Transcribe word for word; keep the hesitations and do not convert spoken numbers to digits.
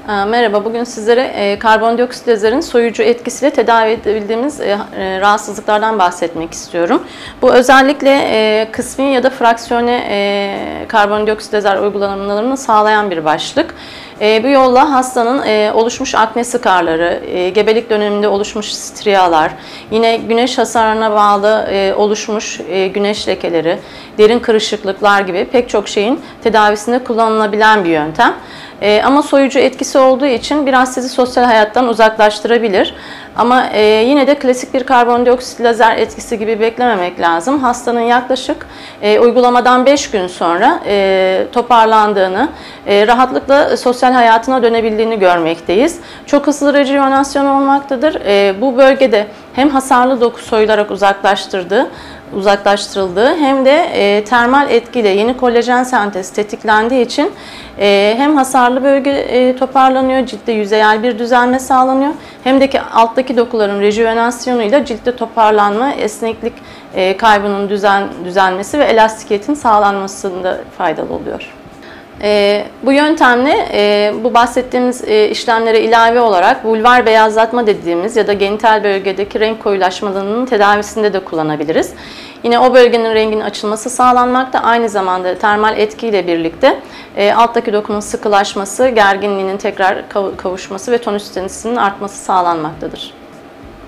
Ee, Merhaba, bugün sizlere e, karbondioksit lazerin soyucu etkisiyle tedavi edebildiğimiz e, e, rahatsızlıklardan bahsetmek istiyorum. Bu özellikle e, kısmi ya da fraksiyone e, karbondioksit lazer uygulamalarını sağlayan bir başlık. E, bu yolla hastanın e, oluşmuş akne sıkarları, e, gebelik döneminde oluşmuş striyalar, yine güneş hasarına bağlı e, oluşmuş e, güneş lekeleri, derin kırışıklıklar gibi pek çok şeyin tedavisinde kullanılabilen bir yöntem. E, ama soyucu etkisi olduğu için biraz sizi sosyal hayattan uzaklaştırabilir. Ama e, yine de klasik bir karbondioksit lazer etkisi gibi beklememek lazım. Hastanın yaklaşık e, uygulamadan beş gün sonra e, toparlandığını, e, rahatlıkla sosyal hayatına dönebildiğini görmekteyiz. Çok hızlı rejuvenasyon olmaktadır. E, bu bölgede hem hasarlı doku soyularak uzaklaştırdığı, uzaklaştırıldığı hem de e, termal etkiyle yeni kolajen sentezi tetiklendiği için e, hem hasarlı bölge e, toparlanıyor, ciltte yüzeyel bir düzelme sağlanıyor, hem de ki alttaki dokuların rejuvenasyonuyla ciltte toparlanma, esneklik e, kaybının düzen, düzelmesi ve elastikiyetin sağlanmasında faydalı oluyor. E, bu yöntemle e, bu bahsettiğimiz e, işlemlere ilave olarak vulvar beyazlatma dediğimiz ya da genital bölgedeki renk koyulaşmalarının tedavisinde de kullanabiliriz. Yine o bölgenin renginin açılması sağlanmakta, aynı zamanda termal etkiyle birlikte e, alttaki dokunun sıkılaşması, gerginliğinin tekrar kavuşması ve tonüs tensinin artması sağlanmaktadır.